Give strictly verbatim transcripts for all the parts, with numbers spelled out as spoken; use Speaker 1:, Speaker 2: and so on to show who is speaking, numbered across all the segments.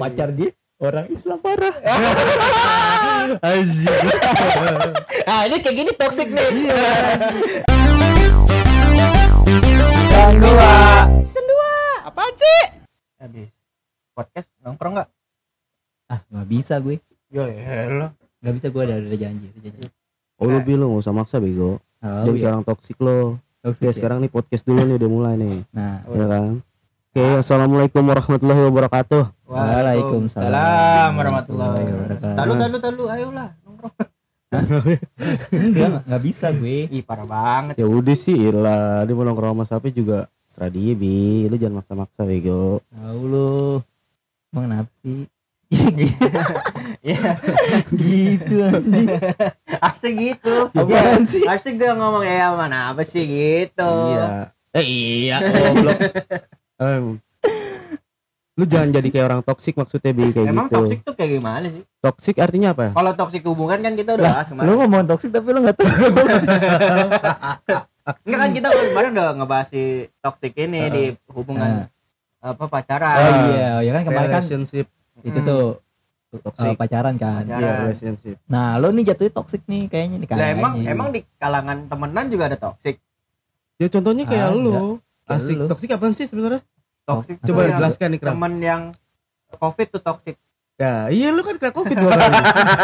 Speaker 1: pacar dia orang Islam parah.
Speaker 2: Anjir.
Speaker 1: Nah, ini kayak gini toksik nih.
Speaker 2: Iya.
Speaker 1: Season dua.
Speaker 2: Season dua. Apaan sih?
Speaker 1: Habis podcast nongkrong enggak?
Speaker 3: Ah, nggak bisa gue.
Speaker 1: Ya elah.
Speaker 3: Nggak bisa, gue ada udah janji, udah janji.
Speaker 2: Oh lu bilang nggak usah maksa bego.
Speaker 3: Oh,
Speaker 2: Jangan
Speaker 3: iya.
Speaker 2: orang toksik lo.
Speaker 3: Toxic,
Speaker 2: Oke
Speaker 3: ya?
Speaker 2: sekarang nih podcast dulu nih udah mulai nih.
Speaker 3: Nah,
Speaker 2: Ya kan. Oke, assalamualaikum warahmatullahi wabarakatuh.
Speaker 3: Waalaikumsalam
Speaker 1: warahmatullahi
Speaker 3: wabarakatuh.
Speaker 1: Talu talu talu ayolah nongkrong.
Speaker 3: enggak, nggak bisa gue.
Speaker 1: Ih parah banget.
Speaker 2: Ya udah sih, ilah. Dia mau nongkrong sama Sapi juga serah dia, Bi. Lu jangan maksa-maksa bego.
Speaker 3: Tahu lu. Emang kenapa sih?
Speaker 1: Ya
Speaker 3: Gitu anjing.
Speaker 1: asik gitu.
Speaker 3: Apaan sih?
Speaker 1: Asik gak ngomong ya mana apa sih gitu.
Speaker 2: Iya. Eh iya, goblok. Em. Lu jangan jadi kayak orang toksik maksudnya, Bi, kayak
Speaker 1: Emang
Speaker 2: gitu.
Speaker 1: toksik tuh kayak gimana sih?
Speaker 2: Toksik artinya apa?
Speaker 1: Kalau toksik hubungan kan kita udah bahas
Speaker 3: Lu
Speaker 1: kemarin.
Speaker 3: ngomong toksik tapi lu nggak tahu.
Speaker 1: Enggak kan kita kemarin udah ngebahas si toksik ini
Speaker 2: Uh-uh.
Speaker 1: di hubungan apa pacaran.
Speaker 3: Oh iya, ya kan kemarin kan
Speaker 2: Relationship
Speaker 3: itu
Speaker 1: Hmm.
Speaker 3: tuh
Speaker 2: toksik.
Speaker 3: uh, pacaran kan.
Speaker 1: Pacaran.
Speaker 2: Iya, relationship.
Speaker 3: Nah, lu nih jatuhnya toksik nih kayaknya nih
Speaker 1: Lah
Speaker 3: kayaknya.
Speaker 1: emang emang di kalangan temenan juga ada toksik.
Speaker 2: Ya contohnya kayak
Speaker 3: Ada.
Speaker 2: lu.
Speaker 3: Kayak
Speaker 2: Asik.
Speaker 3: lu.
Speaker 2: Toksik apaan sih sebenarnya?
Speaker 1: Toksik
Speaker 3: Oh,
Speaker 1: tuh
Speaker 2: Coba
Speaker 1: yang
Speaker 2: jelaskan nih, Kram.
Speaker 1: temen yang covid tuh toksik.
Speaker 2: Ya, iya lu kan kena Covid dua kali.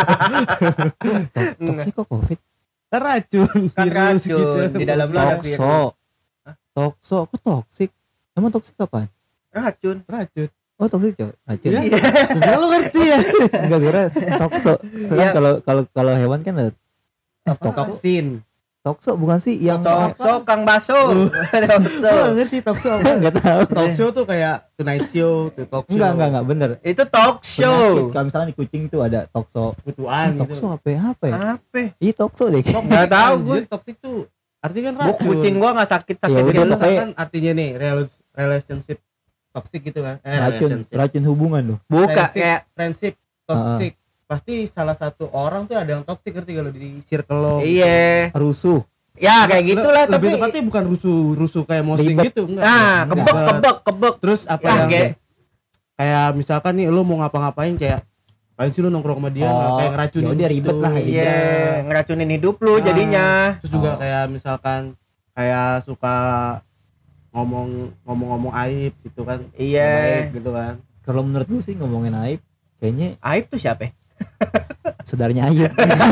Speaker 3: Toksik kok Covid?
Speaker 2: Kan racun,
Speaker 1: Kan
Speaker 2: virus
Speaker 1: racun,
Speaker 2: gitu.
Speaker 1: di dalam lu ada virus.
Speaker 3: Tokso. Tokso, kok toksik? Emang toksik apaan?
Speaker 1: Racun.
Speaker 2: Racun.
Speaker 3: Oh, toksik coy. Racun.
Speaker 2: Iya. Gua lu ngerti ya.
Speaker 3: Enggak kira tokso. Soalnya
Speaker 1: Iya.
Speaker 3: kalau kalau kalau hewan kan ada
Speaker 1: Apa?
Speaker 2: Toksin.
Speaker 3: tokso bukan sih yang
Speaker 1: Tokso Kang Baso.
Speaker 2: Gua
Speaker 1: Tokso.
Speaker 2: nggak ngerti talk show apa.
Speaker 3: enggak tahu.
Speaker 2: Talk show tuh kayak Tonight Show, tuh talk show.
Speaker 3: Enggak, enggak, enggak bener.
Speaker 1: Itu talk
Speaker 3: Penyakit.
Speaker 1: show.
Speaker 3: Kalau misalnya di kucing tuh ada tokso.
Speaker 2: Kutuan gitu.
Speaker 3: Tokso apa ya? Apa ya?
Speaker 1: Apa?
Speaker 3: Ih, tokso deh.
Speaker 1: Nggak tahu gue.
Speaker 2: Toksik tuh artinya kan
Speaker 1: Gua
Speaker 2: racun.
Speaker 1: kucing gua enggak sakit-sakit
Speaker 3: Ya udah,
Speaker 1: gitu.
Speaker 3: pokoknya-
Speaker 2: Misalkan artinya nih rel- relationship toksik gitu kan. Eh,
Speaker 3: Racun,
Speaker 2: relationship.
Speaker 3: racun hubungan loh.
Speaker 1: Buka
Speaker 2: Friendship,
Speaker 1: kayak
Speaker 2: friendship toksik. Pasti salah satu orang tuh ada yang toksik, ngerti kalau di circle lo.
Speaker 1: iya.
Speaker 3: Rusuh.
Speaker 1: Ya kayak gitulah
Speaker 2: Le- lebih
Speaker 1: tapi
Speaker 2: tepatnya bukan rusuh rusuh kayak emosi
Speaker 3: Ribet.
Speaker 2: gitu, enggak.
Speaker 1: nah,
Speaker 3: Enggak.
Speaker 1: kebek kebek kebek.
Speaker 2: Terus apa
Speaker 1: Ya,
Speaker 2: yang
Speaker 1: kayak-
Speaker 2: kayak misalkan nih lu mau ngapa-ngapain kayak paling sih lu nongkrong sama dia,
Speaker 3: Oh,
Speaker 2: kayak ngeracunin
Speaker 3: ya udah ribet
Speaker 2: gitu.
Speaker 3: lah,
Speaker 1: Iya,
Speaker 3: Iya.
Speaker 1: ngeracunin hidup lu
Speaker 2: Nah,
Speaker 1: jadinya.
Speaker 2: Terus juga
Speaker 3: Oh.
Speaker 2: kayak misalkan kayak suka ngomong ngomong-ngomong aib gitu kan.
Speaker 1: Iya.
Speaker 2: Ngomong aib gitu kan.
Speaker 3: Kalau menurut gue sih ngomongin aib kayaknya
Speaker 1: Aib tuh siapa? ya?
Speaker 3: saudaranya Ayub.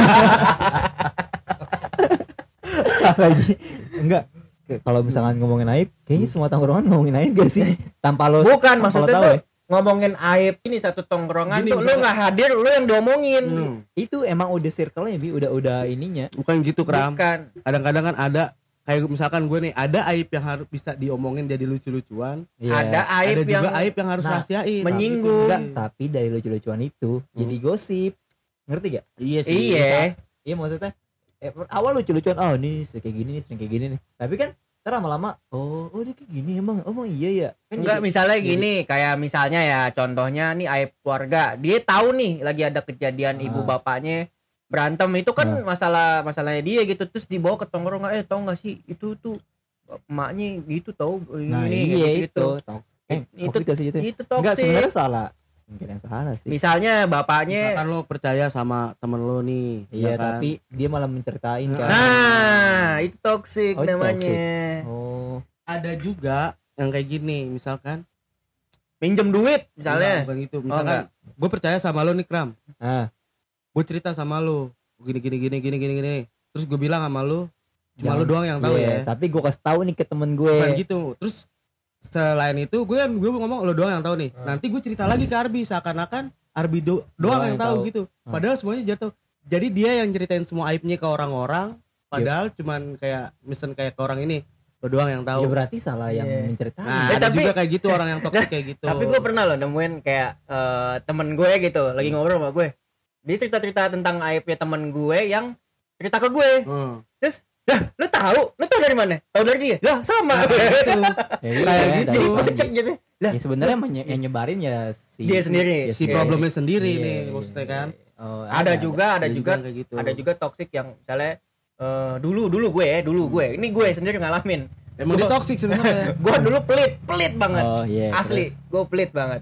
Speaker 3: Lagi enggak Kayak kalau misalkan ngomongin aib, kayaknya semua tongkrongan ngomongin aib gak sih? Tanpa lo
Speaker 1: Bukan,
Speaker 3: tanpa lo
Speaker 1: maksudnya
Speaker 3: tahu
Speaker 1: tuh
Speaker 3: ya.
Speaker 1: ngomongin aib ini satu tongkrongan
Speaker 2: Gini,
Speaker 1: tuh lu
Speaker 2: misalkan-
Speaker 1: nggak hadir, lu yang diomongin.
Speaker 2: Hmm.
Speaker 3: Itu emang udah circle-nya Bi, udah udah ininya.
Speaker 2: Bukan gitu, Kram.
Speaker 1: Bukan.
Speaker 2: Kadang-kadang kan ada kayak misalkan gue nih ada aib yang harus bisa diomongin jadi lucu-lucuan.
Speaker 3: Iya.
Speaker 1: Ada aib
Speaker 2: ada
Speaker 1: yang
Speaker 2: juga aib yang harus
Speaker 3: Nah,
Speaker 2: rahasiain.
Speaker 1: menyinggung.
Speaker 3: Enggak, tapi dari lucu-lucuan itu jadi gosip. Ngerti gak?
Speaker 2: Iya sih.
Speaker 1: Iya.
Speaker 3: Iya maksudnya eh, awal lucu-lucuan, oh ini sering kayak gini nih, sering kayak gini nih. Tapi kan ntar lama-lama, oh, oh dia kayak gini emang, oh emang iya ya. Kan
Speaker 1: Enggak,
Speaker 3: jadi-
Speaker 1: misalnya
Speaker 3: jadi-
Speaker 1: gini, kayak misalnya ya contohnya nih aib keluarga. Dia tahu nih lagi ada kejadian ibu
Speaker 3: Ah.
Speaker 1: bapaknya berantem, itu kan
Speaker 3: Ah.
Speaker 1: masalah masalahnya dia gitu, terus dibawa ke tongkrongan, eh tau nggak sih itu tuh emaknya gitu tahu
Speaker 3: Nah
Speaker 1: ini
Speaker 3: iya
Speaker 1: kayak
Speaker 3: itu, toks- eh,
Speaker 1: Itu-
Speaker 3: toksik gak sih itu?
Speaker 1: itu
Speaker 3: Enggak,
Speaker 1: toksik.
Speaker 3: sebenarnya salah. Mungkin yang salah sih.
Speaker 1: Misalnya bapaknya,
Speaker 2: Misalkan lo percaya sama temen lo nih,
Speaker 3: Iya,
Speaker 2: ya kan?
Speaker 3: tapi dia malah menceritain kan.
Speaker 1: nah itu toksik
Speaker 3: Oh, itu
Speaker 1: namanya.
Speaker 3: Oh,
Speaker 2: Ada juga yang kayak gini, misalkan
Speaker 1: Pinjem duit misalnya.
Speaker 2: Enggak, bukan gitu. Misalkan gue percaya sama lo nih, Kram.
Speaker 3: ah,
Speaker 2: Gue cerita sama lo gini gini gini gini gini gini. Terus gue bilang sama lo, cuma
Speaker 3: jangan-
Speaker 2: lo doang yang tahu
Speaker 3: iya,
Speaker 2: ya.
Speaker 3: tapi gue kasih tahu nih ke temen gue.
Speaker 2: Bukan gitu. Terus selain itu gue kan gue ngomong lo doang yang tahu nih.
Speaker 3: Hmm.
Speaker 2: Nanti gue cerita lagi ke Arbi seakan-akan Arbi do- doang yang tahu gitu.
Speaker 3: Hmm.
Speaker 2: Padahal semuanya jatuh. Jadi dia yang ceritain semua aibnya ke orang-orang. Padahal cuman kayak misen kayak ke orang ini. Lo doang yang
Speaker 3: Ya
Speaker 2: tahu.
Speaker 3: berarti salah yang
Speaker 1: Iya.
Speaker 3: menceritain.
Speaker 2: Nah,
Speaker 1: Eh,
Speaker 2: ada
Speaker 1: tapi-
Speaker 2: juga kayak gitu orang yang toksik kayak gitu.
Speaker 1: Tapi gue pernah loh nemuin kayak eh, temen gue gitu lagi ngobrol sama gue. Dia cerita-cerita tentang aibnya temen gue yang cerita ke gue.
Speaker 2: Hmm.
Speaker 1: Terus, lah, lu tahu? Lu tahu dari mana? Tahu dari dia? Lah, sama.
Speaker 2: Nah, gitu.
Speaker 3: Ya, iya,
Speaker 2: Kayak
Speaker 3: dari
Speaker 2: gitu.
Speaker 3: tadi.
Speaker 1: Cek gitu. Lah,
Speaker 3: Ya sebenarnya menye- yang nyebarin ya si
Speaker 1: Dia sendiri.
Speaker 3: ya
Speaker 2: Si
Speaker 1: Iya.
Speaker 2: problemnya sendiri
Speaker 3: Iya,
Speaker 2: nih
Speaker 3: iya,
Speaker 2: maksudnya
Speaker 3: iya.
Speaker 2: kan.
Speaker 3: Oh,
Speaker 1: ada juga, ada juga,
Speaker 2: yang kayak gitu.
Speaker 1: ada juga toksik yang misalnya eh, dulu dulu gue ya, dulu gue. Ini gue sendiri ngalamin.
Speaker 2: Emang dia toksik sebenarnya.
Speaker 1: Gue dulu pelit, pelit banget.
Speaker 3: Oh iya.
Speaker 1: Asli, gue pelit banget.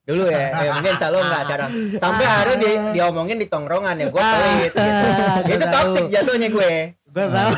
Speaker 1: Dulu ya, ya mungkin selalu enggak sekarang. Sampai akhirnya di, diomongin di tongkrongan ya, gue pelit gitu.
Speaker 2: Gua
Speaker 1: Itu
Speaker 2: tahu.
Speaker 1: toxic jatuhnya gue.
Speaker 2: Gue tahu.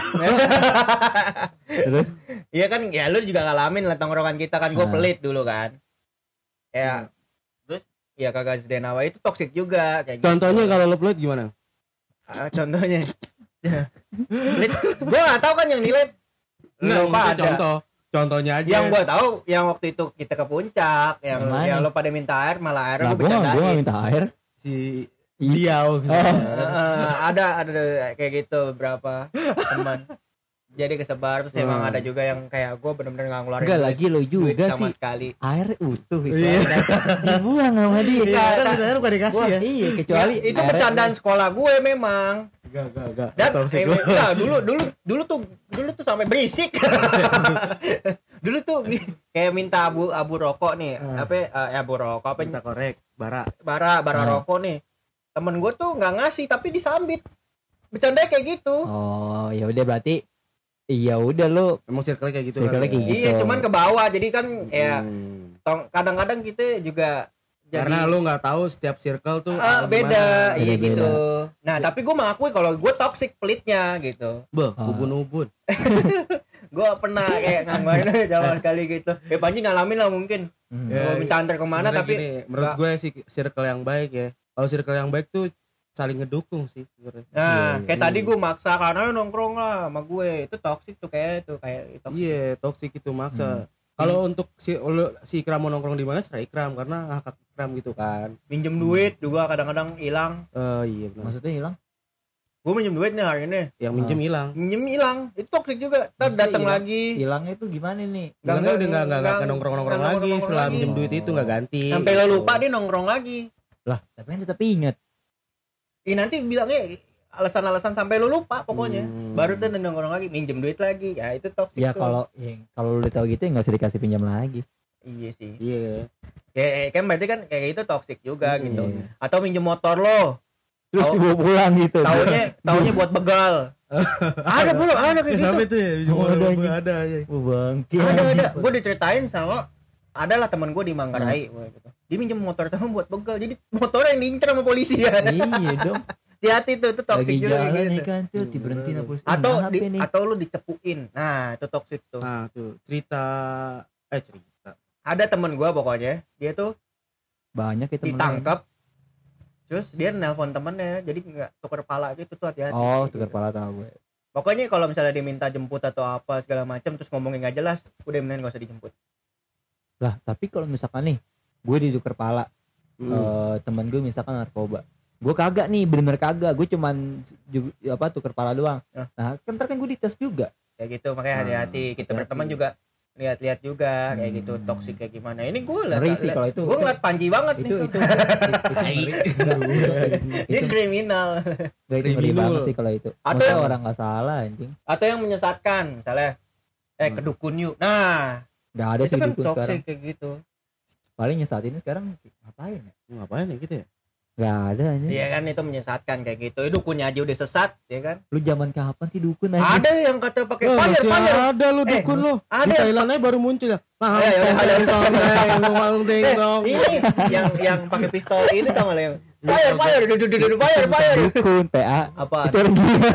Speaker 3: Terus
Speaker 1: Iya kan, ya lu juga ngalamin lah tongkrongan kita kan, gue
Speaker 3: Nah.
Speaker 1: pelit dulu kan. Ya, terus ya kagak Denawa itu toxic juga kayak
Speaker 2: Contohnya
Speaker 1: gitu.
Speaker 2: kalau lo pelit gimana?
Speaker 1: Ah, contohnya. Pelit, gue nggak tahu kan yang nilit.
Speaker 2: Nggak,
Speaker 1: Lu
Speaker 2: maksudnya
Speaker 1: pada.
Speaker 2: contoh. Contohnya aja.
Speaker 1: Yang gue tahu, yang waktu itu kita ke puncak, yang
Speaker 3: Yang mana?
Speaker 1: yang lo pada minta air, malah air
Speaker 3: nah
Speaker 1: gue
Speaker 3: gue nggak gue nggak
Speaker 1: bercandain.
Speaker 3: minta air.
Speaker 2: si
Speaker 3: Ih.
Speaker 2: Diau.
Speaker 3: Oh.
Speaker 1: Eh, ada ada kayak gitu beberapa teman. Jadi kesebar terus emang
Speaker 2: Hmm.
Speaker 1: ada juga yang kayak gue bener-bener nggak ngeluarin
Speaker 3: Enggak
Speaker 1: duit-
Speaker 3: lagi lo
Speaker 1: duit
Speaker 3: juga
Speaker 1: sama
Speaker 3: sih.
Speaker 1: sekali.
Speaker 3: Air utuh
Speaker 2: Iya.
Speaker 3: bisa dibuang sama dia.
Speaker 2: Iya,
Speaker 1: Kak,
Speaker 2: orang kita bukan dikasih
Speaker 1: Wah,
Speaker 2: ya.
Speaker 3: Iya, kecuali
Speaker 1: Ya, itu
Speaker 3: airnya-
Speaker 1: bercandaan sekolah gue memang.
Speaker 2: Enggak, enggak, enggak.
Speaker 1: Dan
Speaker 2: Toxic
Speaker 1: eh,
Speaker 2: lo.
Speaker 1: enggak, dulu dulu dulu tuh dulu tuh sampai berisik. Dulu tuh nih, kayak minta abu abu rokok nih,
Speaker 2: Hmm.
Speaker 1: apa eh, abu rokok apa
Speaker 2: Minta korek, bara.
Speaker 1: bara bara
Speaker 3: Hmm.
Speaker 1: rokok nih. Temen gue tuh nggak ngasih tapi disambit. Bercanda kayak gitu.
Speaker 3: Oh, ya udah berarti iya udah lo
Speaker 2: Emang circle kayak gitu
Speaker 3: Circle
Speaker 2: kan,
Speaker 3: kayak
Speaker 2: ya?
Speaker 3: gitu.
Speaker 1: Iya, cuman ke bawah. Jadi kan ya
Speaker 2: Hmm.
Speaker 1: tong- kadang-kadang kita juga jadi
Speaker 2: Karena lu nggak tahu setiap circle tuh
Speaker 1: ah,
Speaker 2: ada
Speaker 1: beda,
Speaker 2: gimana.
Speaker 1: iya
Speaker 3: Beda-beda.
Speaker 1: gitu. Nah, tapi gue mengakui kalau gue toxic pelitnya gitu.
Speaker 2: Beh,
Speaker 3: Ah.
Speaker 2: ubun-ubun.
Speaker 1: Gue pernah kayak ngamain zaman kali gitu. Ya Panji ngalamin lah mungkin.
Speaker 3: Hmm.
Speaker 2: Ya,
Speaker 1: Gua minta antar kemana
Speaker 2: Sebenarnya
Speaker 1: tapi
Speaker 2: gini, menurut gue sih circle yang baik ya. Kalau circle yang baik tuh saling ngedukung sih sebenarnya.
Speaker 1: nah,
Speaker 3: Iya,
Speaker 1: kayak
Speaker 2: iya.
Speaker 1: tadi gue maksa karena nongkrong lah sama gue. Itu toxic tuh kayak itu kayak toxic.
Speaker 2: Iya, toksik itu maksa. Kalau untuk si lu- si Ikram mau nongkrong di mana serah Ikram karena hak Ikram gitu kan.
Speaker 1: Minjem duit juga kadang-kadang hilang.
Speaker 2: Eh iya benar.
Speaker 3: Maksudnya hilang?
Speaker 1: Gue minjem duit nih hari ini.
Speaker 2: Yang minjem hilang.
Speaker 1: Minjem hilang. Itu toxic juga. Ntar
Speaker 3: Maksudnya
Speaker 1: datang
Speaker 3: hilang?
Speaker 1: lagi.
Speaker 3: Hilangnya itu gimana nih?
Speaker 1: Nggak,
Speaker 2: Hilangnya udah nggak nggak nggak
Speaker 1: nggak-
Speaker 2: nongkrong-nongkrong
Speaker 1: nggak
Speaker 2: lagi
Speaker 1: nongkrong-nongkrong
Speaker 2: setelah
Speaker 1: lagi.
Speaker 2: minjem duit itu nggak ganti.
Speaker 1: Sampai lo
Speaker 2: gitu.
Speaker 1: lupa dia nongkrong lagi.
Speaker 3: Lah, tapi kan tetap ingat.
Speaker 1: Ih nanti bilangnya alasan-alasan sampai lo lupa pokoknya.
Speaker 2: Hmm.
Speaker 1: Baru tuh nongkrong lagi, minjem duit lagi. Ya itu toxic
Speaker 3: Ya
Speaker 1: tuh.
Speaker 3: kalau ya, kalau udah tahu gitu ya nggak usah dikasih pinjam lagi.
Speaker 1: Iya sih.
Speaker 2: Iya.
Speaker 1: Kayak kan berarti kan kayak itu toxic juga
Speaker 2: Hmm.
Speaker 1: gitu.
Speaker 3: Iya.
Speaker 1: Atau minjem motor lo.
Speaker 3: Terus
Speaker 1: Tahu-
Speaker 3: dibawa pulang gitu.
Speaker 1: Taunya taunya buat begal. ada bro, ada kayak gitu.
Speaker 2: Sampai tuh ya, minjem
Speaker 3: Oh,
Speaker 2: orang
Speaker 3: ada
Speaker 2: gua
Speaker 3: anjing.
Speaker 2: ada aja.
Speaker 3: Oh, bangke.
Speaker 1: Ada
Speaker 3: anjing.
Speaker 1: ada. Gue diceritain sama adalah teman gue di Manggarai gitu. Dia minjem motor temen buat begal. Jadi motor yang diincar sama polisi ya.
Speaker 3: Iya dong.
Speaker 1: Hati-hati tuh, itu toxic
Speaker 3: Lagi
Speaker 1: juga kayak
Speaker 3: jalan
Speaker 1: gitu.
Speaker 3: nih kan tuh diberhentiin sama polisi.
Speaker 1: Atau
Speaker 3: Nah,
Speaker 1: di,
Speaker 3: apa nih?
Speaker 1: atau lu dicepuin. Nah, itu toxic tuh.
Speaker 2: Nah, tuh cerita eh cerita.
Speaker 1: Ada temen gue pokoknya, dia tuh
Speaker 3: Banyak itu
Speaker 1: ditangkap. Terus dia nelpon temennya, jadi nggak tuker pala gitu tuh hati-hati.
Speaker 3: Oh,
Speaker 1: Gitu.
Speaker 3: tukar pala tahu gue.
Speaker 1: Pokoknya kalau misalnya diminta jemput atau apa segala macam terus ngomongin nggak jelas, udah mendingan gak usah dijemput.
Speaker 3: Lah, tapi kalau misalkan nih gue ditukar pala,
Speaker 2: Hmm.
Speaker 3: eh, temen gue misalkan narkoba. Gue kagak nih, bener-bener kagak. Gue cuman juga, apa tukar pala doang.
Speaker 1: Ya.
Speaker 3: Nah, kan ntar kan gue dites juga.
Speaker 1: Kayak gitu, makanya
Speaker 2: Nah,
Speaker 1: hati-hati. Kita
Speaker 2: hati-hati.
Speaker 1: berteman juga lihat-lihat juga kayak gitu
Speaker 3: Hmm.
Speaker 1: toksik kayak gimana. Ini gue liat,
Speaker 3: Ngeri sih kalau itu.
Speaker 1: Gue ngeliat Panji banget
Speaker 3: Itu
Speaker 1: nih.
Speaker 3: itu
Speaker 1: Itu,
Speaker 3: itu, itu, ngeri. Enggak,
Speaker 1: Ini
Speaker 3: itu,
Speaker 1: kriminal.
Speaker 3: enggak, itu ngeri
Speaker 2: kriminal.
Speaker 3: banget sih kalau itu.
Speaker 1: Atau
Speaker 3: Masa
Speaker 1: yang-
Speaker 3: orang nggak salah anjing.
Speaker 1: Atau yang menyesatkan, misalnya eh
Speaker 2: Hmm.
Speaker 1: ke dukun yuk. Nah,
Speaker 3: Nggak ada
Speaker 1: itu
Speaker 3: sih
Speaker 1: kan
Speaker 3: dukun sekarang.
Speaker 1: toksik kayak gitu.
Speaker 3: Paling saat ini sekarang ngapain ya?
Speaker 2: Ngapain ya gitu ya?
Speaker 3: Nggak ada anjing.
Speaker 1: Iya kan itu menyesatkan kayak gitu. Eh, dukunnya aja udah sesat, ya kan?
Speaker 3: Lu zaman kapan sih dukun anjing?
Speaker 1: Ada yang kata pakai
Speaker 2: Oh,
Speaker 1: fire
Speaker 2: masih
Speaker 1: fire.
Speaker 2: ada lu
Speaker 1: Eh,
Speaker 2: dukun lu.
Speaker 1: ada
Speaker 2: Di
Speaker 1: yang-
Speaker 2: Thailand aja baru muncul ya. Nah,
Speaker 1: Ayo, ayo, ayo, ayo.
Speaker 2: ngomong ting
Speaker 1: Eh,
Speaker 2: dong.
Speaker 1: ini yang yang pakai pistol ini tau gak lo yang fire fire du- du- du- du- fire fire
Speaker 3: Dukun P A.
Speaker 1: apa?
Speaker 3: Itu orang gila.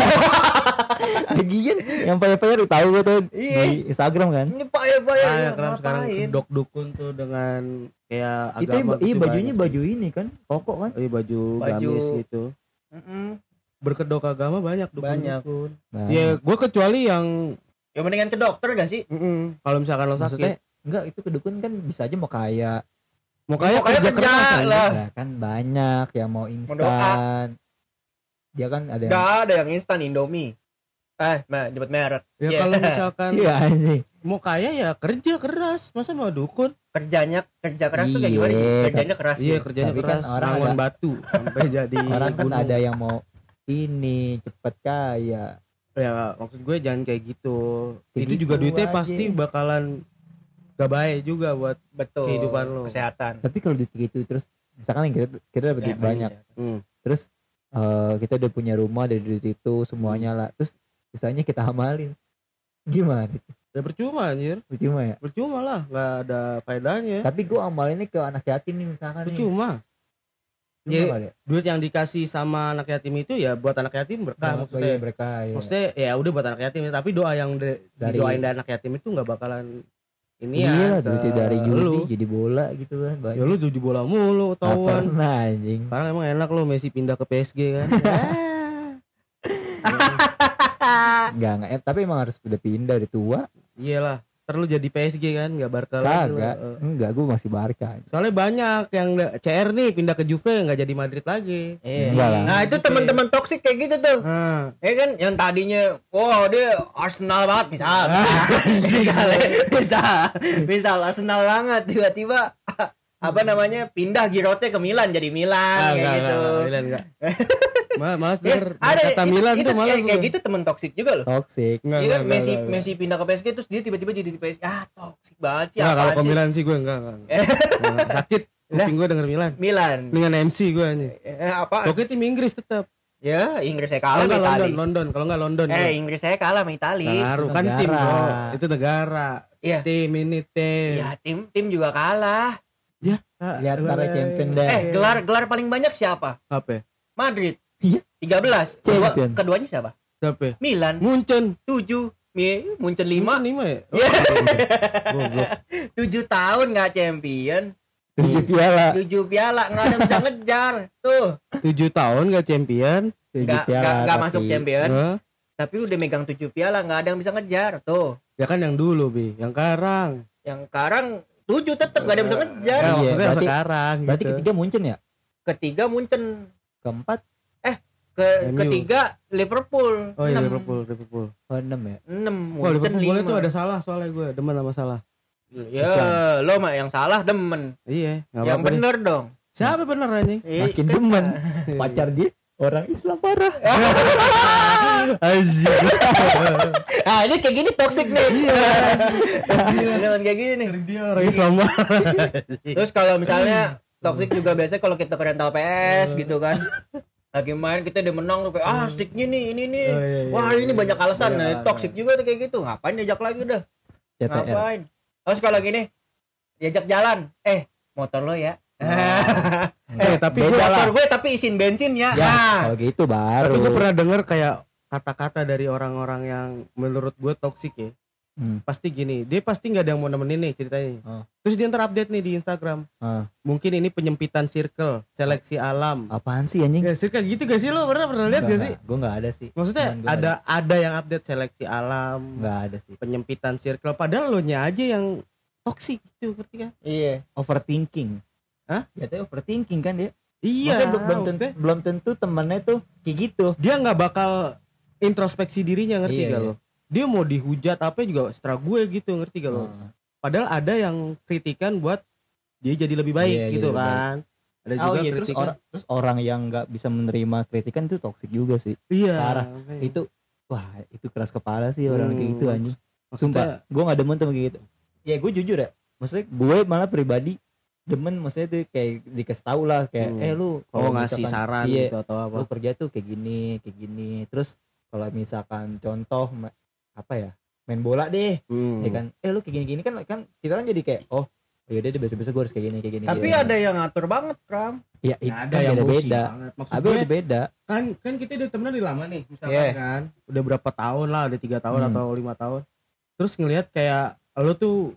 Speaker 3: Lagian yang payah-payah lu tahu gue tuh
Speaker 1: Iya.
Speaker 3: di Instagram kan.
Speaker 1: Ini fire fire.
Speaker 2: Ah, ya,
Speaker 1: ya,
Speaker 2: kenapa sekarang
Speaker 1: ngapain?
Speaker 2: dok dukun tuh dengan kayak
Speaker 3: Itu
Speaker 2: agama
Speaker 3: iya
Speaker 2: gitu
Speaker 3: bajunya
Speaker 2: banyak sih.
Speaker 3: baju ini kan, koko kan.
Speaker 2: Iya baju,
Speaker 1: Baju.
Speaker 2: gamis gitu.
Speaker 1: Mm-mm.
Speaker 2: Berkedok agama banyak dukun.
Speaker 1: Banyak.
Speaker 2: Dukun.
Speaker 3: Nah,
Speaker 2: Ya, gue kecuali yang
Speaker 1: Ya mendingan ke dokter gak sih?
Speaker 2: mm-mm, kalau misalkan lo
Speaker 3: maksudnya
Speaker 2: sakit,
Speaker 3: enggak itu kedukun kan bisa aja mau kaya.
Speaker 2: mau kayak
Speaker 1: Mau kaya
Speaker 2: kerja
Speaker 1: kerja
Speaker 2: keras aja.
Speaker 1: lah.
Speaker 3: Ya kan banyak yang mau
Speaker 1: doa.
Speaker 3: instan. Dia kan ada yang
Speaker 1: Gak ada yang instan Indomie. Eh, mah nyebut merek.
Speaker 2: Ya
Speaker 1: Iya.
Speaker 2: kalau misalkan
Speaker 3: Iya anjing.
Speaker 2: mau kaya ya kerja keras, masa mau dukun?
Speaker 1: Kerjanya kerja keras tuh kayak
Speaker 3: Iya,
Speaker 1: gimana sih?
Speaker 3: tapi-
Speaker 1: Kerjanya keras.
Speaker 2: Iya
Speaker 1: gitu.
Speaker 2: kerjanya
Speaker 3: Tapi kan
Speaker 2: keras,
Speaker 3: orang
Speaker 2: bangun
Speaker 3: ada-
Speaker 2: batu sampai jadi
Speaker 3: Orang kan
Speaker 2: gunung.
Speaker 3: ada yang mau ini cepet kaya.
Speaker 2: Ya maksud gue jangan kayak gitu.
Speaker 3: Kayak
Speaker 2: Itu
Speaker 3: gitu
Speaker 2: juga duitnya
Speaker 3: aja.
Speaker 2: pasti bakalan gak baik juga buat
Speaker 1: Betul.
Speaker 2: kehidupan lo.
Speaker 1: Kesehatan.
Speaker 3: Tapi kalau duit gitu terus misalkan kita kita dapat duit
Speaker 1: Ya,
Speaker 3: banyak,
Speaker 2: Hmm.
Speaker 3: terus eh, kita udah punya rumah dari duit itu semuanya lah, terus misalnya kita amalin, gimana?
Speaker 2: Ya percuma anjir.
Speaker 3: Percuma ya.
Speaker 2: Percuma lah, nggak ada faedahnya.
Speaker 3: Tapi gue amal ini ke anak yatim nih misalkan nih.
Speaker 2: Percuma.
Speaker 3: Percuma
Speaker 2: Ya,
Speaker 3: kali ya?
Speaker 2: duit yang dikasih sama anak yatim itu ya buat anak yatim berkah
Speaker 3: Oh,
Speaker 2: maksudnya.
Speaker 3: iya, berkah, iya.
Speaker 2: Maksudnya ya udah buat anak yatim, tapi doa yang de-
Speaker 3: Dari-
Speaker 2: didoain dari anak yatim itu nggak bakalan ini
Speaker 3: Iya
Speaker 2: ya.
Speaker 3: lah,
Speaker 2: ke
Speaker 3: duitnya dari judi
Speaker 2: lu.
Speaker 3: jadi bola gitu kan.
Speaker 2: Ya lu judi bola mulu tauan.
Speaker 3: Pernah anjing.
Speaker 2: Sekarang emang enak lo Messi pindah ke P S G kan.
Speaker 3: Enggak, enggak. Eh, tapi emang harus udah pindah, udah tua.
Speaker 2: Iyalah, terus jadi P S G kan, nggak Barca lagi.
Speaker 3: Kagak.
Speaker 2: lo.
Speaker 3: Enggak, gue masih Barca.
Speaker 2: Soalnya banyak yang da- C R nih pindah ke Juve nggak jadi Madrid lagi.
Speaker 1: Iya.
Speaker 3: Enggak lah.
Speaker 1: Nah itu teman-teman toksik kayak gitu tuh.
Speaker 2: Nah,
Speaker 1: Ya kan yang tadinya wah dia Arsenal banget misal. misal, misal, misal Arsenal banget tiba-tiba apa namanya pindah Girote ke Milan jadi Milan kayak gitu.
Speaker 2: Milan enggak. Ma- Malas
Speaker 1: Ya,
Speaker 2: denger
Speaker 1: ada
Speaker 2: kata
Speaker 1: itu-
Speaker 2: Milan
Speaker 1: itu,
Speaker 2: tuh malas.
Speaker 1: kayak, kayak gitu teman toksik juga loh.
Speaker 3: Toxic.
Speaker 2: Enggak,
Speaker 1: Iya kan
Speaker 2: enggak,
Speaker 1: Messi
Speaker 2: enggak,
Speaker 1: Messi pindah ke P S G terus dia tiba-tiba jadi di P S G. Ah, toksik banget sih.
Speaker 2: Enggak, kalau
Speaker 1: apaan
Speaker 2: ke
Speaker 1: sih?
Speaker 2: Milan sih gue enggak, enggak. Enggak, sakit kuping gue denger Milan.
Speaker 1: Milan.
Speaker 2: Dengan M C gue nih.
Speaker 1: Eh, apa?
Speaker 2: Oke tim Inggris tetap.
Speaker 1: Ya, Inggris saya
Speaker 2: Kalau
Speaker 1: kalah
Speaker 2: enggak
Speaker 1: sama
Speaker 2: London,
Speaker 1: Itali.
Speaker 2: London. Kalau enggak London.
Speaker 1: Eh,
Speaker 2: gue.
Speaker 1: Inggris saya kalah sama Itali.
Speaker 2: Ngaruh
Speaker 3: Itu
Speaker 2: kan tim
Speaker 3: negara.
Speaker 2: bro. Itu negara.
Speaker 1: Iya.
Speaker 2: Tim ini tim.
Speaker 1: Ya, tim tim juga kalah.
Speaker 2: Ya.
Speaker 3: Lihat para champion dah.
Speaker 1: Eh, gelar gelar paling banyak siapa?
Speaker 2: Apa?
Speaker 1: Madrid.
Speaker 3: Iya.
Speaker 1: tiga belas. Kedua,
Speaker 3: Champion.
Speaker 1: keduanya siapa?
Speaker 2: Siapa?
Speaker 1: Milan.
Speaker 2: Munchen.
Speaker 1: tujuh. Mi, Munchen lima.
Speaker 2: lima ya?
Speaker 1: Iya.
Speaker 2: Goblok.
Speaker 1: tujuh tahun nggak champion.
Speaker 3: Tujuh piala.
Speaker 1: tujuh piala nggak ada bisa ngejar. Tuh.
Speaker 2: tujuh tahun gak champion.
Speaker 3: Tujuh
Speaker 1: Nggak
Speaker 3: piala.
Speaker 1: nggak nggak
Speaker 3: tapi-
Speaker 1: masuk champion.
Speaker 2: Hah?
Speaker 1: Tapi udah megang tujuh piala nggak ada yang bisa ngejar. Tuh.
Speaker 2: Ya kan yang dulu Bi, yang sekarang.
Speaker 1: Yang sekarang tujuh tetap nggak ada yang bisa ngejar.
Speaker 2: Ya,
Speaker 3: Iya,
Speaker 2: maksudnya
Speaker 3: berarti-
Speaker 2: sekarang
Speaker 3: Berarti
Speaker 2: gitu.
Speaker 3: ketiga Munchen ya?
Speaker 1: Ketiga Munchen.
Speaker 3: Keempat?
Speaker 1: Ke
Speaker 2: M U.
Speaker 1: ketiga Liverpool.
Speaker 2: Oh iya
Speaker 1: Enam.
Speaker 2: Liverpool, Liverpool.
Speaker 3: Oh enam ya?
Speaker 1: enam.
Speaker 2: Wah
Speaker 1: Munchen
Speaker 2: Liverpool boleh
Speaker 1: lima.
Speaker 2: tuh ada salah soalnya gue demen sama salah.
Speaker 1: Ya,
Speaker 3: Islam.
Speaker 1: lo mah yang salah demen.
Speaker 2: Iya, nggak
Speaker 1: Yang
Speaker 2: apa-apa deh.
Speaker 1: bener dong.
Speaker 2: Siapa bener ini?
Speaker 1: Eh,
Speaker 3: Makin
Speaker 1: kan-
Speaker 3: demen. Pacar dia orang Islam parah.
Speaker 2: Aziz.
Speaker 1: Ah, ini kayak gini toxic nih. Iya. kayak gini nih.
Speaker 2: Dia orang Islam.
Speaker 1: Terus kalau misalnya toxic juga biasanya kalau kita ke rental P S gitu kan. Lagi main kita udah menang tuh kayak ah sticknya nih ini nih.
Speaker 2: Oh, iya, iya,
Speaker 1: Wah,
Speaker 2: iya,
Speaker 1: ini
Speaker 2: iya.
Speaker 1: banyak alasan.
Speaker 2: Banyak
Speaker 1: Nah,
Speaker 2: alasan.
Speaker 1: toxic juga tuh kayak gitu. Ngapain diajak lagi dah?
Speaker 3: C T R.
Speaker 1: Ngapain? Terus kalau gini diajak jalan. Eh, motor lo ya.
Speaker 2: Eh tapi gue
Speaker 3: Beda lah.
Speaker 1: Motor gue tapi isin bensin ya.
Speaker 3: Ya,
Speaker 1: Nah,
Speaker 3: kalau gitu baru.
Speaker 2: tapi gue pernah denger kayak kata-kata dari orang-orang yang menurut gue toksik ya.
Speaker 3: Hmm.
Speaker 2: Pasti gini, dia pasti nggak ada yang mau nemenin nih ceritanya.
Speaker 3: Oh.
Speaker 2: Terus dia ntar update nih di Instagram.
Speaker 3: Ah.
Speaker 2: Mungkin ini penyempitan circle, seleksi alam.
Speaker 3: Apaan sih anjing?
Speaker 2: Ya circle gitu gak sih lo pernah pernah lihat gak sih?
Speaker 3: Gue nggak ada sih.
Speaker 2: Maksudnya
Speaker 3: Temen gua
Speaker 2: ada ada yang update seleksi alam,
Speaker 3: Nggak ada sih.
Speaker 2: penyempitan circle. Padahal lo nya aja yang toksik gitu, ngerti kan?
Speaker 1: iya.
Speaker 3: Overthinking.
Speaker 2: Hah?
Speaker 3: Ya tuh overthinking kan dia.
Speaker 2: Iya,
Speaker 3: Maksudnya belum, belum, tentu,
Speaker 2: maksudnya
Speaker 3: belum tentu temennya tuh kayak gitu.
Speaker 2: dia nggak bakal introspeksi dirinya, ngerti
Speaker 3: Iya,
Speaker 2: gak
Speaker 3: iya.
Speaker 2: lo? Dia mau dihujat apa juga setelah gue gitu, ngerti gak lo?
Speaker 3: Oh.
Speaker 2: Padahal ada yang kritikan buat dia jadi lebih baik
Speaker 3: Iya,
Speaker 2: gitu
Speaker 3: jadi lebih
Speaker 2: kan. Ada
Speaker 3: Oh
Speaker 2: juga
Speaker 3: iya, terus
Speaker 2: kritikan.
Speaker 3: orang terus orang yang nggak bisa menerima kritikan itu toksik juga sih.
Speaker 2: Iya.
Speaker 3: parah.
Speaker 2: makanya.
Speaker 3: Itu wah itu keras kepala sih orang
Speaker 2: Hmm,
Speaker 3: kayak gitu anjing.
Speaker 2: Maksudnya,
Speaker 3: Sumpah, gue gak demen tuh kayak gitu. Ya gue jujur ya, maksudnya gue malah pribadi demen, maksudnya tuh kayak dikasih tahu lah kayak
Speaker 2: Hmm.
Speaker 3: eh lu
Speaker 2: oh
Speaker 3: kalau
Speaker 2: ngasih
Speaker 3: misalkan-
Speaker 2: saran
Speaker 3: iya,
Speaker 2: gitu atau apa.
Speaker 3: lu kerja tuh kayak gini kayak gini. Terus kalau misalkan contoh ma- apa ya main bola deh,
Speaker 2: Hmm.
Speaker 3: ya kan eh lu kayak gini-gini kan kan kita kan jadi kayak oh yaudah deh besok-besok gue harus kayak gini kayak gini.
Speaker 1: Tapi
Speaker 3: kayak
Speaker 1: ada yang ngatur banget, Kram.
Speaker 3: gini. ya itu
Speaker 2: Nggak
Speaker 3: kan beda
Speaker 2: bullshit
Speaker 3: beda.
Speaker 2: banget. Maksud
Speaker 3: Tapi
Speaker 2: gue
Speaker 3: udah beda.
Speaker 2: kan kan kita udah temenan udah lama nih misalkan
Speaker 1: Yeah.
Speaker 2: kan. Udah berapa tahun lah, udah tiga tahun
Speaker 3: Hmm.
Speaker 2: atau lima tahun. Terus ngelihat kayak lo tuh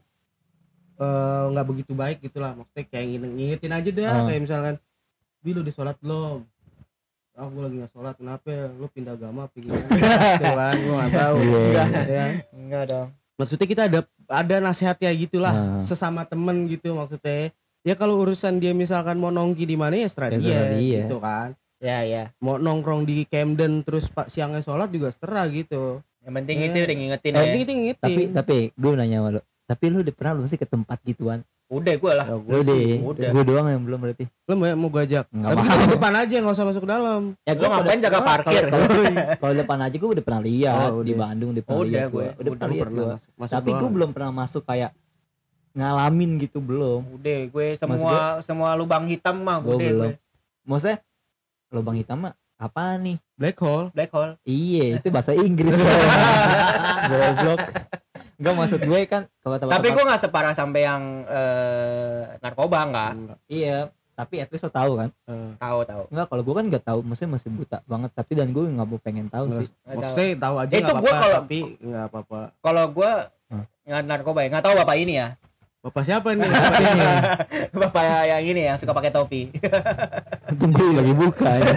Speaker 2: eh, nggak begitu baik gitulah, maksudnya kayak ngin- ngingetin aja deh
Speaker 3: Ah.
Speaker 2: kayak misalkan Bi lu udah sholat belum? Ah gue lagi nggak sholat, kenapa ya? Lu pindah agama apa gimana? Gitu kan, gue nggak tahu.
Speaker 3: Iya, iya.
Speaker 2: Ya.
Speaker 1: Enggak dong.
Speaker 2: Maksudnya kita ada ada nasihat ya gitulah
Speaker 3: Ah.
Speaker 2: sesama temen gitu maksudnya. Ya kalau urusan dia misalkan mau nongki di mana ya seterah
Speaker 3: Ya,
Speaker 2: dia,
Speaker 3: seterah dia.
Speaker 2: gitu kan.
Speaker 1: Ya, ya.
Speaker 2: Mau nongkrong di Camden terus pak siangnya sholat juga seterah gitu.
Speaker 1: Yang penting
Speaker 2: Iya.
Speaker 1: itu udah ngingetin
Speaker 2: Eh,
Speaker 1: ya.
Speaker 2: ini kita ngingetin.
Speaker 3: Tapi tapi gue nanya sama lu. Tapi lu udah pernah belum sih ke tempat gituan?
Speaker 1: Udah gue lah.
Speaker 2: Ya,
Speaker 3: Lu
Speaker 2: gue
Speaker 3: deh.
Speaker 2: sih
Speaker 1: udah.
Speaker 3: Gue doang yang belum berarti.
Speaker 2: Lu mau mau gue ajak.
Speaker 3: Nggak
Speaker 2: Tapi
Speaker 3: mau.
Speaker 2: di depan aja nggak usah masuk ke dalam.
Speaker 3: Ya
Speaker 1: Lu ngapain jaga
Speaker 3: kalau-
Speaker 1: parkir?
Speaker 3: Kalau kalau depan aja gue udah pernah lihat
Speaker 2: Oh,
Speaker 3: di
Speaker 2: udah.
Speaker 3: Bandung udah pernah
Speaker 1: Udah,
Speaker 3: lihat
Speaker 1: gue.
Speaker 3: gue. Udah pernah lihat gue.
Speaker 2: masuk, masuk
Speaker 3: Tapi gue
Speaker 2: doang.
Speaker 3: belum pernah masuk kayak ngalamin gitu belum.
Speaker 1: Udah gue semua
Speaker 3: Maksud
Speaker 1: semua lubang hitam mah
Speaker 3: Gue
Speaker 1: udah
Speaker 3: belum.
Speaker 1: gue.
Speaker 3: Maksudnya lubang hitam mah apa nih?
Speaker 2: Black hole.
Speaker 1: Black hole.
Speaker 3: Iya itu bahasa Inggris. Goblok. Enggak, maksud gue kan kalau tempat
Speaker 1: Tapi gue nggak separah sampai yang eh, narkoba nggak.
Speaker 3: iya, tapi at least lo tahu kan.
Speaker 1: Tahu tahu.
Speaker 3: Enggak, kalau gue kan nggak tahu, maksudnya masih buta banget, tapi dan gue nggak mau pengen tahu sih.
Speaker 2: Maksudnya tahu aja
Speaker 1: Itu
Speaker 2: nggak
Speaker 1: gua
Speaker 2: apa-apa,
Speaker 1: kalau-
Speaker 2: tapi nggak apa-apa.
Speaker 1: Kalau gue
Speaker 3: Hmm.
Speaker 1: nggak narkoba ya, nggak tahu bapak ini ya.
Speaker 2: Bapak siapa nih? Bapak ini.
Speaker 1: Bapak yang ini yang suka pakai topi.
Speaker 3: Tunggu lagi buka ya.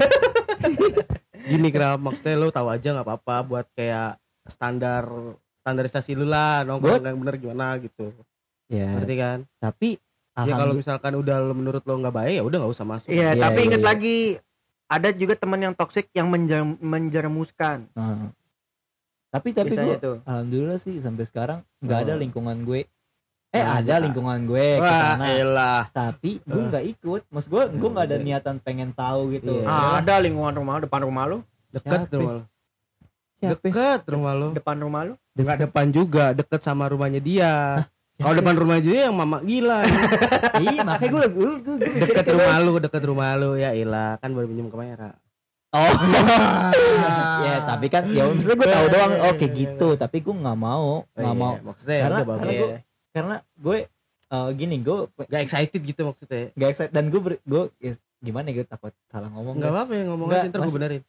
Speaker 2: Gini kira maksudnya lu tahu aja nggak apa-apa buat kayak standar standarisasi lu lah nongkrong yang bener gimana gitu.
Speaker 3: Ya,
Speaker 2: Ngerti kan?
Speaker 3: tapi
Speaker 2: Ya kalau
Speaker 3: alhamdulillah-
Speaker 2: misalkan udah lu- menurut lo nggak baik ya udah nggak usah masuk.
Speaker 1: Iya,
Speaker 3: Iya,
Speaker 1: tapi
Speaker 3: iya,
Speaker 1: inget
Speaker 3: iya.
Speaker 1: lagi ada juga teman yang toksik yang menjer- menjerumuskan.
Speaker 3: Nah. Tapi tapi
Speaker 1: Biasanya
Speaker 3: gue
Speaker 1: tuh.
Speaker 3: alhamdulillah sih sampai sekarang nggak
Speaker 2: Oh.
Speaker 3: ada lingkungan gue. Eh
Speaker 2: Nah,
Speaker 3: ada
Speaker 2: nah.
Speaker 3: lingkungan gue ke
Speaker 2: Wah,
Speaker 3: sana.
Speaker 2: elah.
Speaker 3: Tapi gue nggak ikut. Maksud gue gue nggak ada
Speaker 2: Iya.
Speaker 3: niatan pengen tahu gitu.
Speaker 2: Iya.
Speaker 1: Ah, ada lingkungan rumah lu, depan rumah lu,
Speaker 2: Deket
Speaker 3: Siapa?
Speaker 2: rumah lu.
Speaker 3: Siapa?
Speaker 2: Deket rumah lu.
Speaker 1: depan rumah lu.
Speaker 2: Enggak depan juga, deket sama rumahnya dia. Kalau depan rumahnya dia yang mama gila.
Speaker 3: Iya, makanya gue gue gue
Speaker 2: Deket rumah lu, deket rumah lu ya elah, kan baru pinjam kamera.
Speaker 3: Oh. Ya, tapi kan ya maksudnya gue tahu doang oh kayak gitu, tapi gue nggak mau, nggak mau.
Speaker 2: Iya, maksudnya ya
Speaker 3: Karena-
Speaker 2: udah bagus.
Speaker 3: karena gue- Karena gue eh, gini, gue
Speaker 2: Gak excited gitu maksudnya.
Speaker 3: gak excited dan gue ber- gue ya, gimana ya, gue takut salah ngomong.
Speaker 2: Enggak
Speaker 3: gue.
Speaker 2: apa-apa ya ngomong
Speaker 3: Nggak,
Speaker 2: aja ntar gue
Speaker 3: Mas.
Speaker 2: benerin.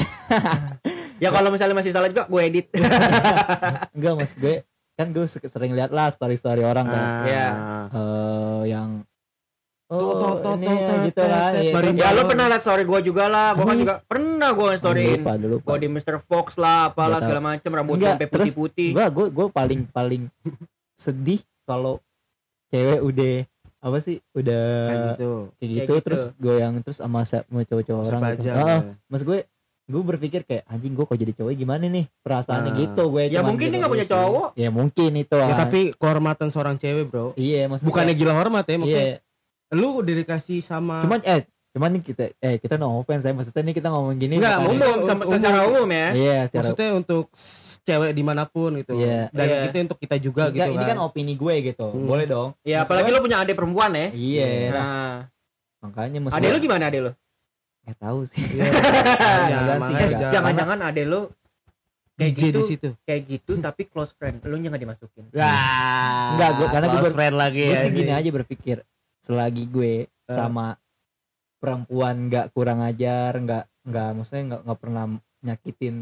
Speaker 1: Ya kalau misalnya masih salah juga gue edit.
Speaker 3: Enggak, maksud gue kan gue suka- sering lihat lah story-story orang kan.
Speaker 2: Ah.
Speaker 1: Iya.
Speaker 3: eh yang
Speaker 2: Tot,
Speaker 3: oh
Speaker 2: tot, tot,
Speaker 3: ini
Speaker 2: tot,
Speaker 3: ya,
Speaker 2: tot,
Speaker 3: gitu kan
Speaker 2: tot,
Speaker 3: ya,
Speaker 2: baru
Speaker 3: terus-
Speaker 1: Ya
Speaker 2: Iya.
Speaker 1: lu pernah liat story gue juga lah. Gue kan
Speaker 3: Hmm.
Speaker 1: juga pernah gue storyin.
Speaker 3: lupa dulu
Speaker 1: Gue di mister Fox lah, apalah
Speaker 3: Nggak tahu.
Speaker 1: segala macem, rambut
Speaker 3: Nggak,
Speaker 1: sampai
Speaker 3: terus
Speaker 1: putih-putih.
Speaker 3: gue gue gue paling paling sedih kalau cewek udah apa sih udah
Speaker 2: Kayak gitu.
Speaker 3: kayak
Speaker 1: Kayak
Speaker 3: gitu,
Speaker 1: gitu.
Speaker 3: terus gue yang terus sama sa- sama cowok-cowok orang
Speaker 2: Siapa
Speaker 3: gitu.
Speaker 2: aja.
Speaker 3: Heeh.
Speaker 2: ya.
Speaker 3: Mas gue gue berpikir kayak anjing gue kok jadi cowok gimana nih perasaannya
Speaker 2: Nah.
Speaker 3: gitu gue
Speaker 1: Ya
Speaker 3: cuman
Speaker 1: mungkin dia
Speaker 3: gitu.
Speaker 1: nggak punya
Speaker 2: sih.
Speaker 1: cowok.
Speaker 3: Ya mungkin itu
Speaker 2: Ya
Speaker 3: kan.
Speaker 2: tapi kehormatan seorang cewek, Bro.
Speaker 3: iya maksudnya
Speaker 2: Bukannya gila hormat ya, maksudnya
Speaker 3: iya
Speaker 2: lu udah dikasih sama
Speaker 3: cuman eh cuman nih kita eh kita no offense ya maksudnya nih kita ngomong gini
Speaker 2: Nggak,
Speaker 3: bukan-
Speaker 2: maksudnya
Speaker 1: Umum, sama-
Speaker 2: umum.
Speaker 1: secara umum ya.
Speaker 3: iya secara
Speaker 2: maksudnya untuk s- cewek dimanapun gitu.
Speaker 3: Iya.
Speaker 2: Dan
Speaker 1: Iya.
Speaker 2: itu untuk kita juga
Speaker 3: Enggak,
Speaker 2: gitu
Speaker 3: ini
Speaker 2: kan.
Speaker 3: kan opini gue gitu
Speaker 2: Hmm.
Speaker 3: boleh dong
Speaker 1: Ya
Speaker 3: Maksud
Speaker 1: apalagi
Speaker 3: gue-
Speaker 1: lu punya adik perempuan ya.
Speaker 3: iya nah,
Speaker 1: Nah,
Speaker 3: makanya maksud
Speaker 1: adek
Speaker 3: gue
Speaker 1: lu gimana adek lu?
Speaker 3: nggak tahu sih
Speaker 2: Iya.
Speaker 3: Jangan
Speaker 2: Jangan
Speaker 3: sih,
Speaker 2: makanya
Speaker 3: jangan.
Speaker 2: jangan.
Speaker 1: Jangan-jangan adek lu kayak
Speaker 2: D J
Speaker 1: gitu,
Speaker 2: di situ.
Speaker 1: kayak gitu tapi close friend. Lu nya nggak dimasukin.
Speaker 2: Wah.
Speaker 3: Enggak, gua- karena gua
Speaker 2: close
Speaker 3: ber-
Speaker 2: friend lagi
Speaker 3: gue
Speaker 2: ya.
Speaker 3: sih gini aja berpikir selagi gue
Speaker 2: Eh.
Speaker 3: sama perempuan nggak kurang ajar nggak nggak maksudnya nggak nggak pernah nyakitin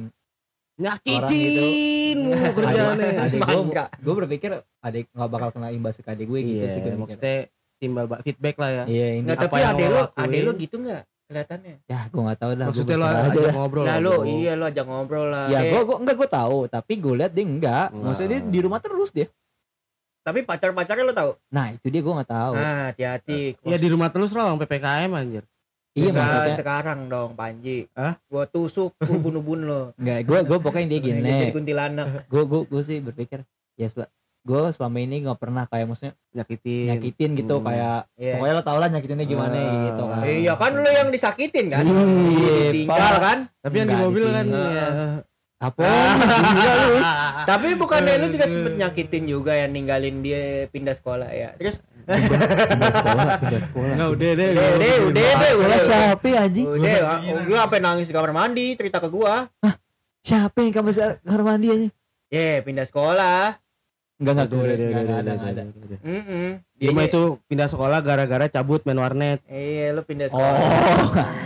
Speaker 2: Nyakitin mulu kerjaannya.
Speaker 3: adik gue
Speaker 1: Mangga.
Speaker 3: gue berpikir adik nggak bakal kena imbas ke adik gue gitu
Speaker 2: Iya,
Speaker 3: sih gue mikir.
Speaker 2: maksudnya timbal ba- feedback lah ya.
Speaker 3: Iya ini
Speaker 1: Nggak,
Speaker 2: apa
Speaker 1: tapi
Speaker 2: yang
Speaker 1: adek
Speaker 2: lo
Speaker 1: lu,
Speaker 2: lakuin?
Speaker 1: adek lu gitu nggak kelihatannya?
Speaker 3: ya gue nggak tahu dah
Speaker 2: Maksudnya
Speaker 3: gue
Speaker 2: lo
Speaker 3: berserah aja
Speaker 2: ajak
Speaker 3: dah.
Speaker 2: ngobrol.
Speaker 1: Lah
Speaker 2: lah,
Speaker 1: lu,
Speaker 2: bro.
Speaker 1: iya lu ajak ngobrol lah.
Speaker 3: ya
Speaker 1: Eh,
Speaker 3: gue gue enggak gue tahu tapi gue lihat dia enggak
Speaker 2: Nah.
Speaker 3: maksudnya dia di rumah terus dia
Speaker 1: Tapi pacar-pacarnya lu tahu?
Speaker 3: nah itu dia gue nggak tahu
Speaker 1: Nah, hati-hati.
Speaker 2: Ya di rumah terus lah orang P P K M anjir.
Speaker 3: iya
Speaker 1: Bisa
Speaker 3: maksudnya
Speaker 1: sekarang dong Panji.
Speaker 2: Hah?
Speaker 1: Gua tusuk ubun-ubun lo.
Speaker 3: enggak gue gue pokoknya dia
Speaker 1: Jadi
Speaker 3: gini
Speaker 1: kuntilanak.
Speaker 3: gue gue gue sih berpikir ya sel- gue selama ini nggak pernah kayak maksudnya
Speaker 2: Nyakitin.
Speaker 3: nyakitin gitu
Speaker 2: Hmm.
Speaker 3: kayak
Speaker 1: Iya.
Speaker 3: pokoknya lo tau lah nyakitinnya gimana
Speaker 2: Ah.
Speaker 3: gitu kan
Speaker 1: Iya kan lu yang disakitin kan?
Speaker 3: Iya,
Speaker 1: Tinggal
Speaker 3: Pak.
Speaker 1: kan?
Speaker 2: Tapi yang di
Speaker 3: Enggak,
Speaker 2: mobil kan
Speaker 1: ditinggal.
Speaker 2: ya.
Speaker 3: apa gila lu
Speaker 1: Tapi bukannya lu juga sempet nyakitin juga yang ninggalin dia pindah sekolah ya. Terus
Speaker 3: pindah sekolah pindah sekolah
Speaker 2: Enggak udah deh.
Speaker 1: Udah, udah, udah, udah,
Speaker 3: sekolah
Speaker 1: udah.
Speaker 3: siapa ya, anjing
Speaker 1: Udah, oh, gua sampai nangis di kamar mandi cerita ke gua.
Speaker 3: siapa yang kamar kamar mandi aja
Speaker 1: Ye, pindah sekolah.
Speaker 3: enggak enggak
Speaker 2: Udah, udah,
Speaker 3: enggak
Speaker 2: udah,
Speaker 3: enggak
Speaker 2: udah,
Speaker 3: ada
Speaker 2: udah,
Speaker 3: enggak ada
Speaker 2: udah, udah.
Speaker 1: Heeh.
Speaker 2: Dia mah itu pindah sekolah gara-gara cabut main warnet.
Speaker 1: Iya, lu pindah sekolah.
Speaker 3: oh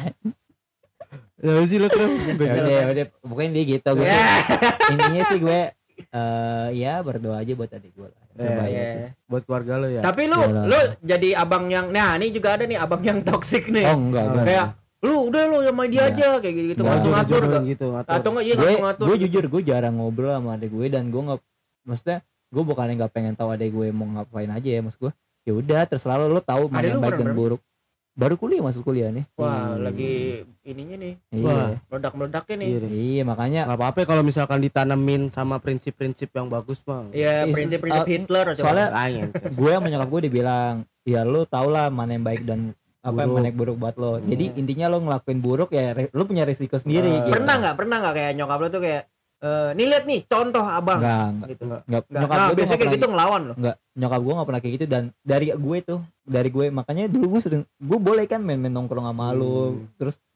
Speaker 2: Ya sih lu tuh.
Speaker 3: ya udah udah pokoknya dia gitu gue sih intinya sih gue eh ya berdoa aja buat adik gue lah coba
Speaker 2: Iya.
Speaker 3: ya
Speaker 1: Iya.
Speaker 2: Buat keluarga lu ya.
Speaker 1: Tapi lu
Speaker 3: Iyalah.
Speaker 1: lu jadi abang yang nah, ini juga ada nih abang yang toksik nih.
Speaker 3: oh enggak enggak
Speaker 1: Kayak lu udah lu sama dia
Speaker 3: Enggak.
Speaker 1: aja kayak gitu
Speaker 3: Enggak.
Speaker 1: ngatur ngatur
Speaker 2: Jodoh-jodohin
Speaker 1: gak?
Speaker 2: gitu, ngatur.
Speaker 1: Atau enggak iya
Speaker 3: gue
Speaker 1: ngatur-ngatur.
Speaker 3: gue jujur gue jarang ngobrol sama adik gue dan gue nggak maksudnya gue bukannya nggak pengen tahu adik gue mau ngapain aja ya maksud gue ya udah terserah lo lo tahu mana
Speaker 1: Adik
Speaker 3: yang
Speaker 1: lu
Speaker 3: baik
Speaker 1: umur
Speaker 3: dan
Speaker 1: berapa?
Speaker 3: buruk baru kuliah masuk kuliah nih
Speaker 1: Wah,
Speaker 2: Hmm.
Speaker 1: lagi ininya nih.
Speaker 2: Wah.
Speaker 3: iya
Speaker 1: Meledak-meledaknya nih.
Speaker 2: Iya deh.
Speaker 3: iya makanya
Speaker 2: Nggak apa-apa kalau misalkan ditanemin sama prinsip-prinsip yang bagus bang.
Speaker 1: Iya,
Speaker 3: Is-
Speaker 1: prinsip-prinsip
Speaker 3: uh,
Speaker 1: Hitler coba.
Speaker 3: soalnya-
Speaker 2: Makanya.
Speaker 3: gue sama nyokap gue dibilang ya lo tau lah mana yang baik dan apa yang
Speaker 2: Buruk.
Speaker 3: mana yang buruk buat lo jadi intinya lo ngelakuin buruk ya re- lo punya risiko sendiri
Speaker 2: Uh,
Speaker 3: gitu
Speaker 1: pernah nggak pernah nggak kayak nyokap lu tuh kayak eh nih lihat nih contoh abang
Speaker 3: enggak enggak
Speaker 1: gitu.
Speaker 3: enggak
Speaker 1: Nggak.
Speaker 3: nyokap
Speaker 1: Nah,
Speaker 3: gue tuh
Speaker 1: biasanya
Speaker 3: nggak
Speaker 1: kayak
Speaker 3: pernah
Speaker 1: gitu ngelawan loh.
Speaker 3: enggak nyokap gue nggak pernah kayak gitu dan dari gue tuh dari gue makanya dulu gue sering gue boleh kan main-main nongkrong sama lu
Speaker 2: Hmm.
Speaker 3: terus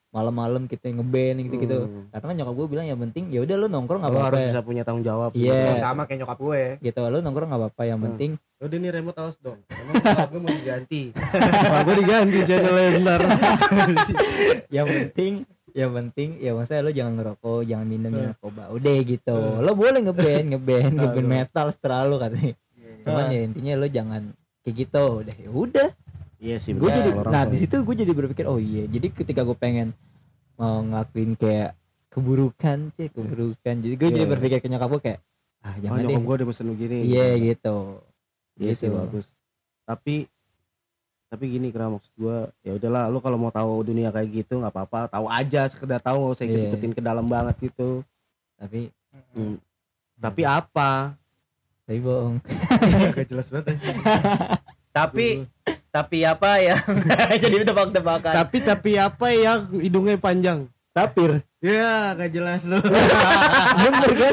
Speaker 3: malam-malam kita ngeband gitu-gitu.
Speaker 2: Hmm.
Speaker 3: Karena nyokap gue bilang yang penting ya udah lu nongkrong nggak
Speaker 2: Lo
Speaker 3: apa-apa.
Speaker 2: harus
Speaker 3: Ya.
Speaker 2: bisa punya tanggung jawab.
Speaker 3: Iya.
Speaker 1: Oh, sama kayak nyokap gue.
Speaker 3: Gitu lu nongkrong nggak apa-apa yang
Speaker 2: Hmm.
Speaker 3: penting.
Speaker 2: Udah nih remote awas dong. Emang nyokap gue mau diganti. Wah, gue diganti channelnya bentar.
Speaker 3: yang penting yang penting ya maksudnya lu jangan ngerokok, jangan minum,
Speaker 2: Hmm.
Speaker 3: jangan narkoba. Udah gitu. Lo boleh ngeband, ngeband, ngeband
Speaker 2: Aduh.
Speaker 3: metal setelah lu katanya. Cuman ya intinya lu jangan kayak gitu. Udah ya udah.
Speaker 2: Iya sih.
Speaker 3: Gue
Speaker 2: bener,
Speaker 3: jadi
Speaker 2: kalau
Speaker 3: nah
Speaker 2: rokok.
Speaker 3: di situ gue jadi berpikir oh iya. Jadi ketika gue pengen mau ngelakuin kayak keburukan, cek keburukan. Jadi gue
Speaker 2: Iya.
Speaker 3: jadi berpikir ke nyokap gue kayak ah
Speaker 2: Oh,
Speaker 3: jangan deh.
Speaker 2: nyokap gue udah pesen begini.
Speaker 3: Iya gitu.
Speaker 2: Iya sih
Speaker 3: Gitu.
Speaker 2: bagus. Tapi tapi gini kira maksud gue ya udahlah lu kalau mau tahu dunia kayak gitu nggak apa-apa, tahu aja sekedar tahu nggak usah
Speaker 3: Iya.
Speaker 2: ikut-ikutin ke dalam banget gitu.
Speaker 3: Tapi
Speaker 2: Hmm. Tapi apa?
Speaker 3: tapi bohong.
Speaker 2: Gak jelas banget.
Speaker 1: Tapi tapi apa ya? Jadi tebak-tebakan.
Speaker 2: tapi tapi apa yang hidungnya panjang?
Speaker 3: Tapir.
Speaker 2: Ya gak jelas lu.
Speaker 3: Bener kan?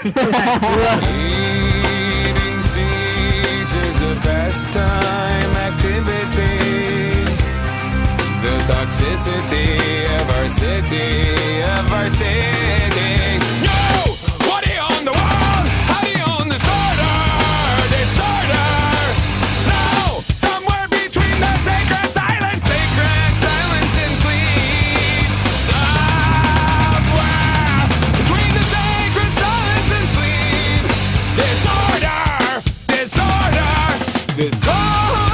Speaker 4: Eating seeds is a pastime activity. The toxicity of our city, of our city. Yo! What are you on the wall? How do you own disorder? Disorder! No! Somewhere between the sacred silence, sacred silence and sleep. Somewhere between the sacred silence and sleep. Disorder! Disorder! Disorder!